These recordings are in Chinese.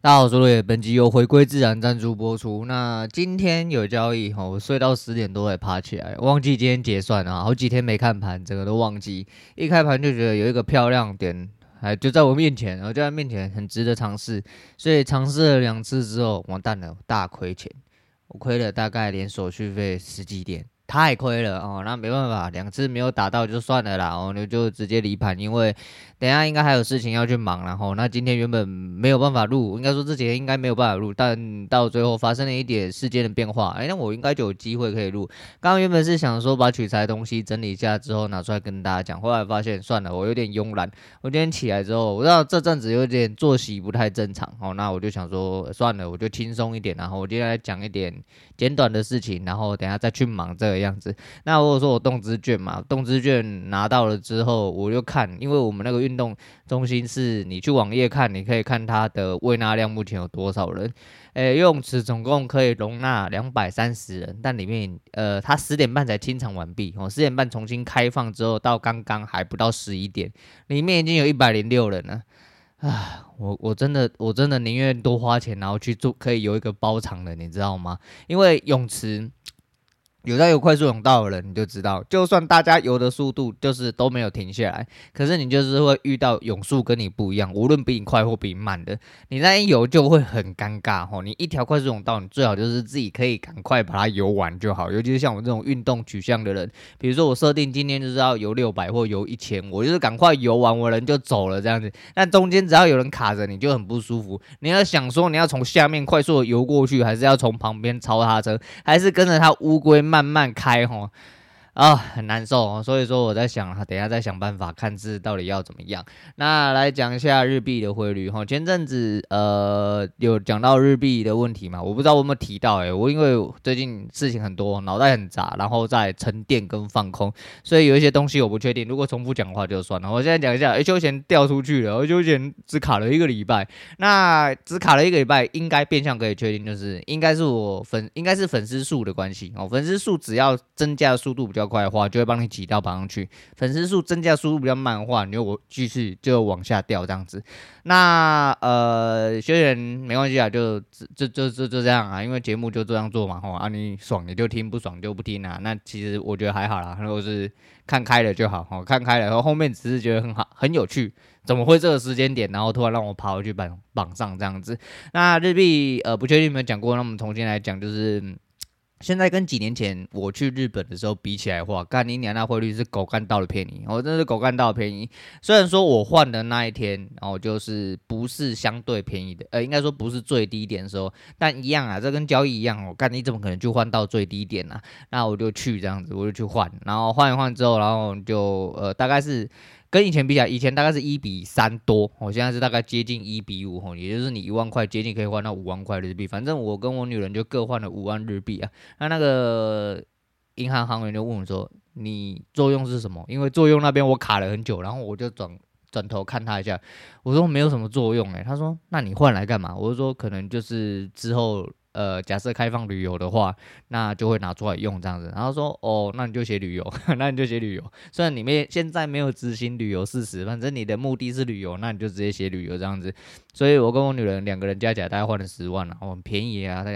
大家好，我是陆野，本集由回归自然赞助播出。那今天有交易，我睡到10点多才爬起来，忘记今天结算啊，好几天没看盘，整个都忘记。一开盘就觉得有一个漂亮点，就在我面前，然后就在面前很值得尝试，所以尝试了2次之后，完蛋了，大亏钱，我亏了大概连手续费10几点。太亏了哦，那没办法，2次没有打到就算了啦，就直接离盘，因为等一下应该还有事情要去忙，然后那今天原本没有办法录，应该说之前应该没有办法录，但到最后发生了一点事件的变化，那我应该就有机会可以录。刚刚原本是想说把取材的东西整理一下之后拿出来跟大家讲，后来发现算了，我有点慵懒，我今天起来之后，我知道这阵子有点作息不太正常，那我就想说算了，我就轻松一点，然后我今天来讲一点简短的事情，然后等一下再去忙这个样子。那我说我动资券嘛，动资券拿到了之后，我就看，因为我们那个运动中心是你去网页看，你可以看它的喂纳量目前有多少人。游泳池总共可以容纳230人，但里面它10点半才清场完毕，10点半重新开放之后，到刚刚还不到11点，里面已经有106人了。我真的宁愿多花钱，然后去做可以有一个包场的，你知道吗？因为泳池有在有快速泳道的人，你就知道，就算大家游的速度就是都没有停下来，可是你就是会遇到泳速跟你不一样，无论比你快或比你慢的，你那一游就会很尴尬吼。你一条快速泳道，你最好就是自己可以赶快把它游完就好。尤其是像我这种运动取向的人，比如说我设定今天就是要游600或游1000，我就是赶快游完，我人就走了这样子。但中间只要有人卡着，你就很不舒服。你要想说你要从下面快速的游过去，还是要从旁边超他车，还是跟着他乌龟慢慢开吼？很难受所以说我在想，等一下再想办法看字到底要怎么样。那来讲一下日币的汇率前阵子有讲到日币的问题嘛，我不知道我有没有提到我因为最近事情很多，脑袋很杂，然后在沉淀跟放空，所以有一些东西我不确定，如果重复讲的话就算了。我现在讲一下休闲调出去了，休闲只卡了1个礼拜，那只卡了1个礼拜，应该变相可以确定就是应该是粉丝数的关系粉丝数只要增加的速度比较快的话，就会帮你挤到榜上去。粉丝数增加速度比较慢的话，你就继续就往下掉这样子。那学员没关系啊，就这样啊，因为节目就这样做嘛你爽你就听，不爽就不听啊。那其实我觉得还好啦，如果是看开了就好看开了，然后后面只是觉得很好很有趣，怎么会这个时间点，然后突然让我爬回去榜上这样子。那日币不确定有没有讲过，那我们重新来讲，就是现在跟几年前我去日本的时候比起来的话，干你娘那汇率是狗干到的便宜真的是狗干到的便宜。虽然说我换的那一天就是不是相对便宜的应该说不是最低点的时候，但一样啊，这跟交易一样干你怎么可能就换到最低点啊？那我就去这样子，我就去换，然后换一换之后，然后就大概是跟以前比起来，以前大概是1:3多现在是大概接近1:5也就是你1万块接近可以换到5万块日币。反正我跟我女人就各换了5万日币啊。那个银行行员就问我说：“你作用是什么？”因为作用那边我卡了很久，然后我就转头看他一下，我说没有什么作用他说：“那你换来干嘛？”我就说：“可能就是之后。”假设开放旅游的话，那就会拿出来用这样子。然后说那你就写旅游，那你就写旅游。虽然你现在没有执行旅游事实，反正你的目的是旅游，那你就直接写旅游这样子。所以我跟我女人2个人加起来大概换了10万很便宜啊，才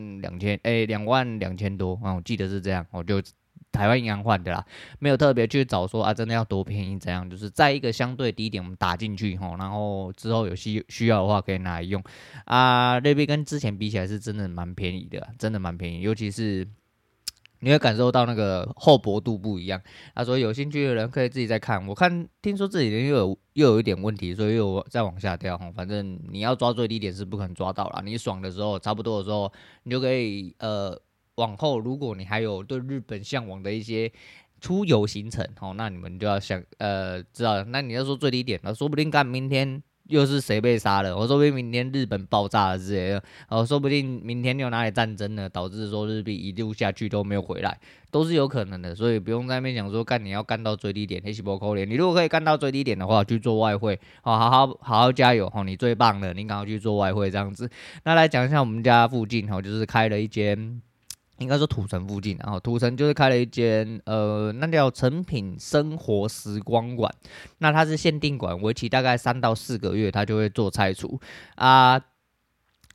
22000多我记得是这样就。台湾银行换的啦，没有特别去找说真的要多便宜怎样，就是在一个相对低点我们打进去然后之后有需要的话可以拿来用日币跟之前比起来是真的蛮便宜的真的蛮便宜，尤其是你会感受到那个厚薄度不一样。他说有兴趣的人可以自己再看，我听说这里又有一点问题，所以又再往下掉反正你要抓最低点是不可能抓到啦，你爽的时候差不多的时候你就可以往后，如果你还有对日本向往的一些出游行程那你们就要知道，那你要说最低点说不定干明天又是谁被杀了，说不定明天日本爆炸了之类的说不定明天又哪里战争了，导致说日币一路下去都没有回来，都是有可能的。所以不用在那边讲说你要干到最低点，那是不可能。你如果可以干到最低点的话，去做外汇好好加油你最棒了，你赶快去做外汇这样子。那来讲一下我们家附近就是开了一间。应该说土城附近，然后土城就是开了一间那叫诚品生活时光馆，那它是限定馆，为期大概3到4个月，它就会做拆除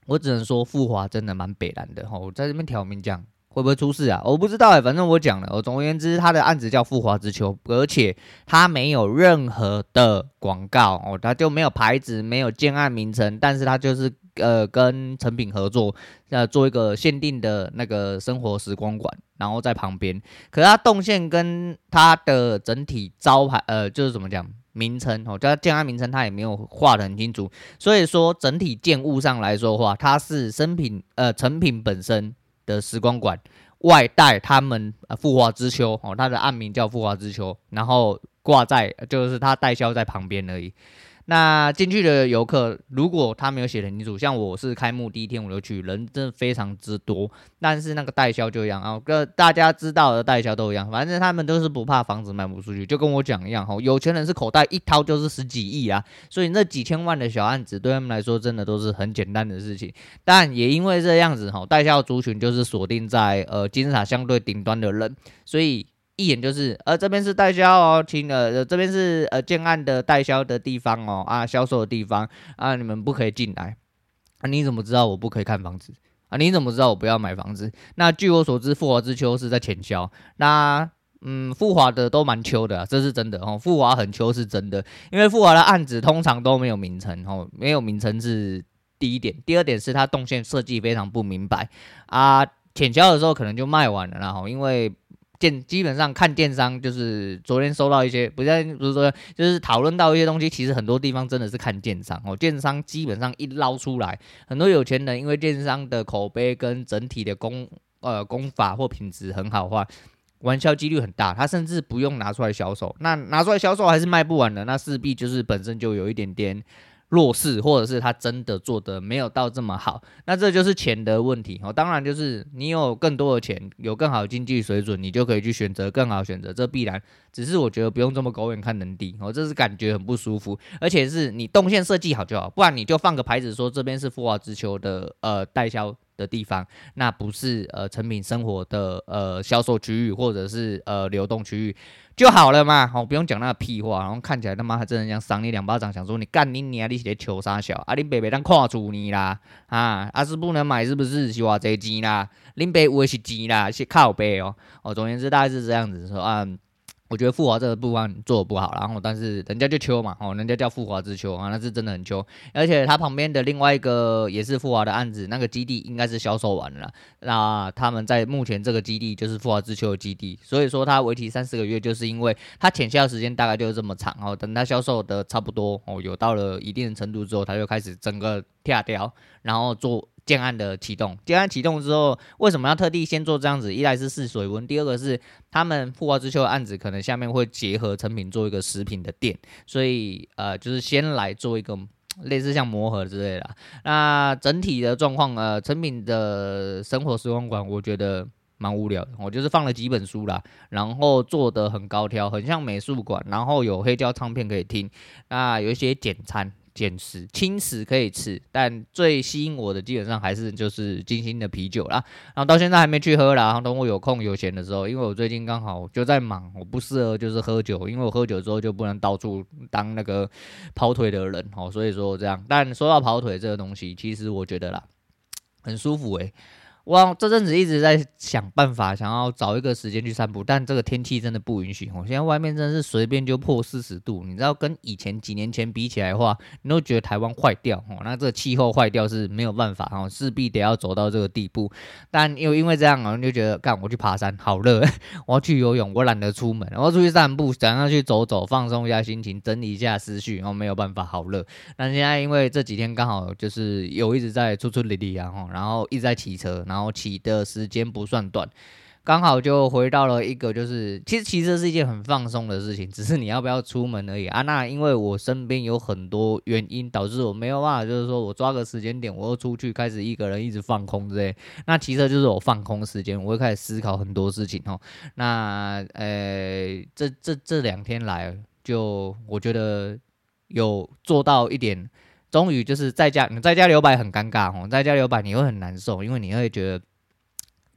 我只能说富华真的蛮北蓝的，我在这边挑明讲。会不会出事啊？我不知道反正我讲了。总而言之，他的案子叫富华之秋，而且他没有任何的广告他就没有牌子，没有建案名称，但是他就是跟成品合作，做一个限定的那个生活时光馆，然后在旁边。可是他动线跟他的整体招牌就是怎么讲？名称叫他建案名称，他也没有画得很清楚，所以说整体建物上来说的话，它是成品本身的时光馆外带他们富华之秋它的案名叫富华之秋，然后挂在就是他代销在旁边而已。那进去的游客，如果他没有写得很清楚，像我是开幕第一天我就去，人真的非常之多，但是那个代销就一样大家知道的代销都一样，反正他们都是不怕房子卖不出去，就跟我讲一样有钱人是口袋一掏就是10几亿啊，所以那几千万的小案子对他们来说真的都是很简单的事情，但也因为这样子代销族群就是锁定在金字塔相对顶端的人，所以一眼就是这边是代销请这边是建案的代销的地方销售的地方你们不可以进来你怎么知道我不可以看房子你怎么知道我不要买房子？那据我所知，富华之秋是在潜销，那富华的都蛮秋的这是真的富华很秋是真的，因为富华的案子通常都没有名称没有名称是第一点，第二点是它动线设计非常不明白潜销的时候可能就卖完了啦因为基本上看电商，就是昨天收到一些，不是说就是讨论到一些东西，其实很多地方真的是看电商电商基本上一捞出来，很多有钱人因为电商的口碑跟整体的工法或品质很好的话，完销几率很大，他甚至不用拿出来销售，那拿出来销售还是卖不完的，那势必就是本身就有一点点弱势，或者是他真的做的没有到这么好，那这就是钱的问题当然就是你有更多的钱，有更好的经济水准，你就可以去选择更好的选择，这必然。只是我觉得不用这么狗眼看人低这是感觉很不舒服，而且是你动线设计好就好，不然你就放个牌子说这边是富华之秋的代销的地方，那不是成品生活的销售区域或者是流动区域就好了嘛不用讲那个屁话，然后看起来他妈还真的想赏你2巴掌，想说你干你娘，你是在求啥小你爸爸当看住你啦是不能买是不是？是偌济钱啦，恁爸有的是钱啦，是靠背总而言之大概是这样子说我觉得富华这个部分做的不好，然后但是人家就秋嘛人家叫富华之秋那是真的很秋，而且他旁边的另外一个也是富华的案子，那个基地应该是销售完了，那他们在目前这个基地就是富华之秋的基地，所以说他为期30个月，就是因为他潜销时间大概就是这么长等他销售的差不多有到了一定的程度之后，他就开始整个跳掉，然后做建案的启动，建案启动之后，为什么要特地先做这样子？一来是试水温，第二个是他们富华之秋的案子可能下面会结合成品做一个食品的店，所以就是先来做一个类似像磨合之类的那整体的状况成品的生活时光馆，我觉得蛮无聊的，我就是放了几本书啦，然后做的很高挑，很像美术馆，然后有黑胶唱片可以听，那有一些简餐。轻食可以吃，但最吸引我的基本上还是就是金星的啤酒啦。然后到现在还没去喝啦，然后等我有空有闲的时候，因为我最近刚好就在忙，我不适合就是喝酒，因为我喝酒之后就不能到处当那个跑腿的人所以说这样。但说到跑腿这个东西，其实我觉得啦，很舒服我这阵子一直在想办法，想要找一个时间去散步，但这个天气真的不允许现在外面真的是随便就破40度，你知道跟以前几年前比起来的话，你都觉得台湾坏掉那这个气候坏掉是没有办法势必得要走到这个地步。但因为这样就觉得干我去爬山好热，我要去游泳我懒得出门，我要出去散步，想要去走走放松一下心情，整理一下思绪没有办法好热。但现在因为这几天刚好就是有一直在出力然后一直在骑车。然后骑的时间不算短，刚好就回到了一个就是其实骑车是一件很放松的事情，只是你要不要出门而已那因为我身边有很多原因导致我没有办法，就是说我抓个时间点我又出去开始一个人一直放空之类，那骑车就是我放空时间，我会开始思考很多事情那这2天来就我觉得有做到一点。终于就是在家留白很尴尬在家留白你会很难受，因为你会觉得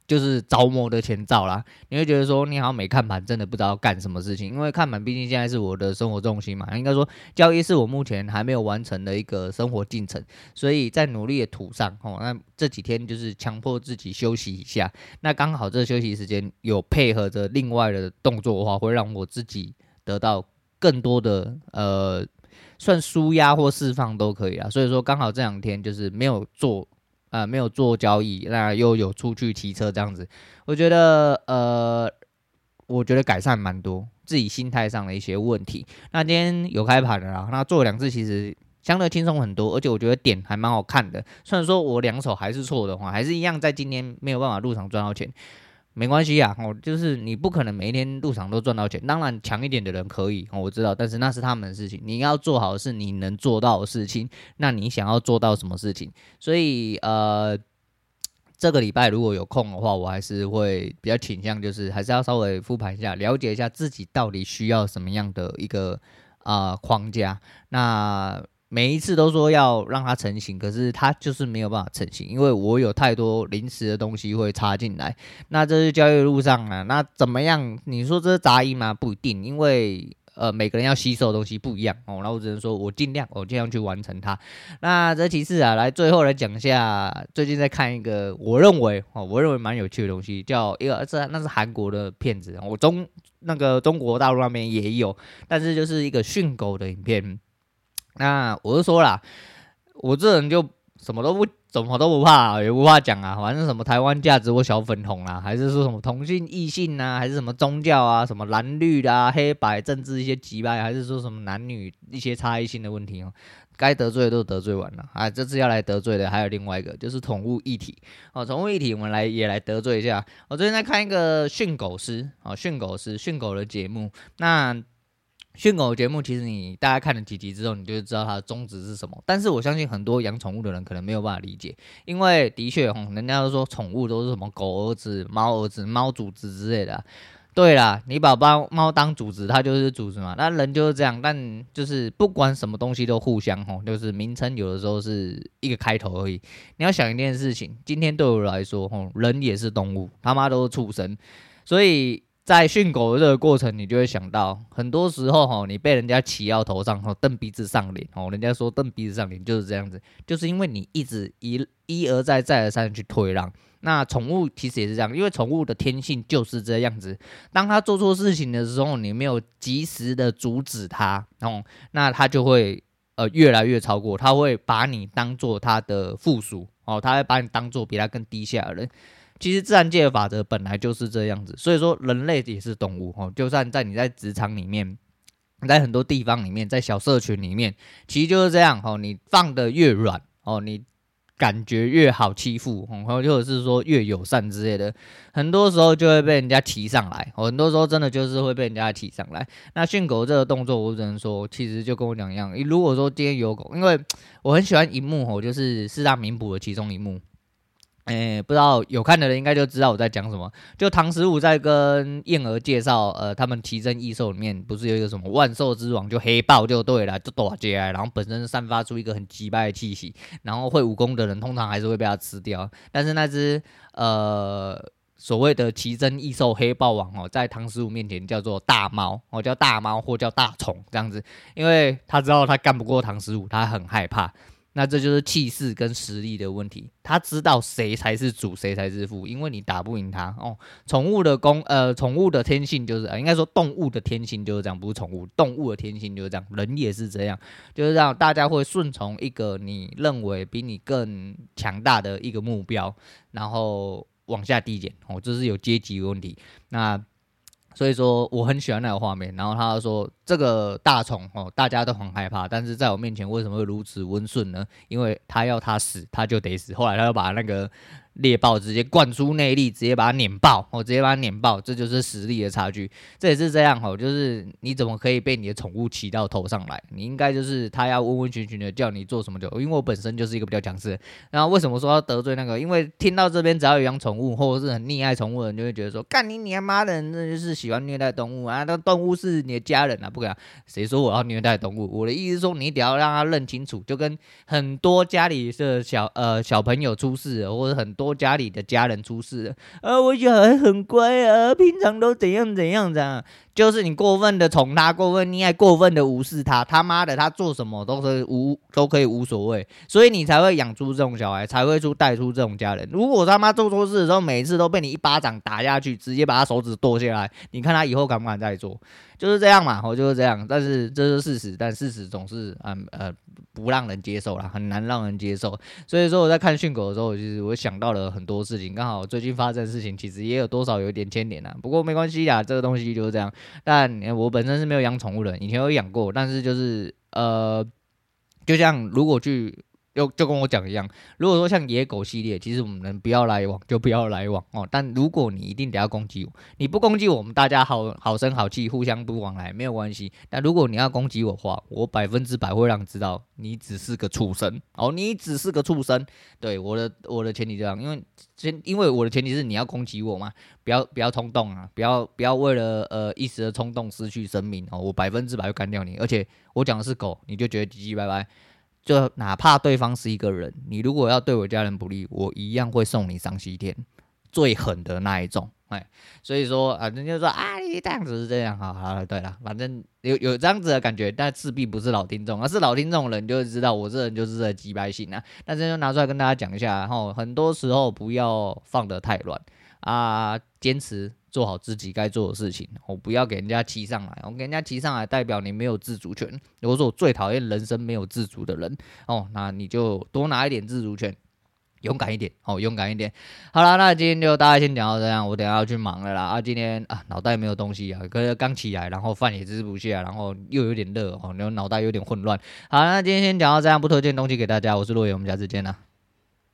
就是着魔的前兆啦。你会觉得说你好像没看盘，真的不知道干什么事情，因为看盘毕竟现在是我的生活重心嘛，应该说交易是我目前还没有完成的一个生活进程，所以在努力的途上那这几天就是强迫自己休息一下，那刚好这休息时间有配合着另外的动作的话，会让我自己得到更多的算舒压或释放都可以啊。所以说刚好这2天就是没有做交易，那又有出去骑车这样子，我觉得改善蛮多自己心态上的一些问题。那今天有开盘了啦，那做2次其实相对轻松很多，而且我觉得点还蛮好看的。虽然说我2手还是错的话，还是一样在今天没有办法入场赚到钱。没关系啊，就是你不可能每一天入场都赚到钱，当然强一点的人可以，我知道，但是那是他们的事情，你要做好的是你能做到的事情，那你想要做到什么事情？所以这个礼拜如果有空的话，我还是会比较倾向，就是还是要稍微复盘一下，了解一下自己到底需要什么样的一个框架。那每一次都说要让它成型，可是它就是没有办法成型，因为我有太多临时的东西会插进来。那这是交易路上啊，那怎么样？你说这是杂音吗？不一定，因为每个人要吸收的东西不一样然后我只能说我尽量去完成它。那这其次啊，最后来讲一下，最近在看一个我认为蛮有趣的东西，叫那是韩国的片子，那个中国大陆那边也有，但是就是一个训狗的影片。那我就说啦，我这人就什么都不怕，也不怕讲啊，反正什么台湾价值或小粉红啦，还是说什么同性异性啊，还是什么宗教啊，什么蓝绿啦、黑白政治一些击败，还是说什么男女一些差异性的问题该得罪的都得罪完了这次要来得罪的还有另外一个，就是宠物议题宠物议题我们也来得罪一下。我最近在看一个训狗的节目，那训狗的节目，其实你大概看了几集之后，你就知道它的宗旨是什么。但是我相信很多养宠物的人可能没有办法理解，因为的确人家都说宠物都是什么狗儿子、猫儿子、猫主子之类的对啦，你把猫当主子，它就是主子嘛。那人就是这样，但就是不管什么东西都互相就是名称有的时候是一个开头而已。你要想一件事情，今天对我来说人也是动物，他妈都是畜生，所以在训狗的这个过程，你就会想到，很多时候你被人家骑到头上蹬鼻子上脸人家说蹬鼻子上脸就是这样子，就是因为你一直一而再再而三的去退让。那宠物其实也是这样，因为宠物的天性就是这样子，当它做错事情的时候，你没有及时的阻止它那它就会越来越超过，它会把你当做它的附属它会把你当做比它更低下的人。其实自然界的法则本来就是这样子，所以说人类也是动物就算你在职场里面，在很多地方里面，在小社群里面，其实就是这样你放得越软你感觉越好欺负或者是说越友善之类的，很多时候就会被人家提上来很多时候真的就是会被人家提上来。那训狗这个动作，我只能说其实就跟我讲一样，如果说今天有狗，因为我很喜欢一幕就是四大名捕的其中一幕，不知道有看的人应该就知道我在讲什么。就唐十五在跟燕儿介绍，他们奇珍异兽里面不是有一个什么万兽之王，就黑豹就对了，就大只然后本身散发出一个很击败的气息，然后会武功的人通常还是会被他吃掉。但是那只所谓的奇珍异兽黑豹王在唐十五面前叫做大猫叫大猫或叫大虫这样子，因为他知道他干不过唐十五，他很害怕。那这就是气势跟实力的问题，他知道谁才是主，谁才是副，因为你打不赢他宠物的天性就是应该说动物的天性就是这样，不是宠物，动物的天性就是这样，人也是这样，就是让大家会顺从一个你认为比你更强大的一个目标，然后往下递减这是有阶级的问题。那所以说我很喜欢那个画面，然后他说这个大虫大家都很害怕，但是在我面前为什么会如此温顺呢？因为他要他死他就得死，后来他就把那个猎豹直接灌出内力，直接把它碾爆这就是实力的差距。这也是这样就是你怎么可以被你的宠物骑到头上来，你应该就是他要温温驯驯的叫你做什么就，因为我本身就是一个比较强势的。然后为什么说要得罪那个，因为听到这边只要有养宠物或者是很溺爱宠物的人，就会觉得说干你妈的人真的就是喜欢虐待动物那动物是你的家人不可以啊。谁说我要虐待动物？我的意思是说，你得要让他认清楚，就跟很多家里的小朋友出事了，或者很多家里的家人出事了，我小孩很乖啊，平常都怎样怎样的，就是你过分的宠他，过分溺爱，过分的无视他，他妈的他做什么都可以无所谓，所以你才会养出这种小孩，才会带出这种家人。如果他妈做错事的时候，每次都被你一巴掌打下去，直接把他手指剁下来，你看他以后敢不敢再做？就是这样嘛，就是这样。但是这是事实，但事实总是不让人接受啦，很难让人接受。所以说我在看训狗的时候，其实我想到了很多事情，刚好最近发生的事情，其实也有多少有一点牵连啦。不过没关系啦，这个东西就是这样。但我本身是没有养宠物的，以前有养过，但是就是就像如果就跟我讲一样，如果说像野狗系列，其实我们能不要来往就不要来往哦。但如果你一定得要攻击我，你不攻击我们，大家好声好气，互相不往来没有关系。但如果你要攻击我的话，我100%会让你知道，你只是个畜生哦，你只是个畜生。对，我的前提这样，因为我的前提是你要攻击我嘛，不要冲动啊，不要为了一时的冲动失去生命哦，我100%会干掉你。而且我讲的是狗，你就觉得唧唧歪歪。就哪怕对方是一个人，你如果要对我家人不利，我一样会送你上西天，最狠的那一种。所以说人家说你这样子是这样，好，对了，反正有这样子的感觉，但势必不是老听众，而是老听众的人就会知道我这人就是这鸡掰性啊。但是就拿出来跟大家讲一下，然后很多时候不要放得太乱坚持做好自己该做的事情，不要给人家骑上来，给人家骑上来代表你没有自主权。如果说我最讨厌人生没有自主的人那你就多拿一点自主权。勇敢一点勇敢一点。好啦，那今天就大概先讲到这样，我等一下要去忙了啦。今天脑袋没有东西可是刚起来，然后饭也吃不下，然后又有点热然后脑袋有点混乱。好，那今天先讲到这样，不推荐东西给大家。我是洛野，我们下次见啦。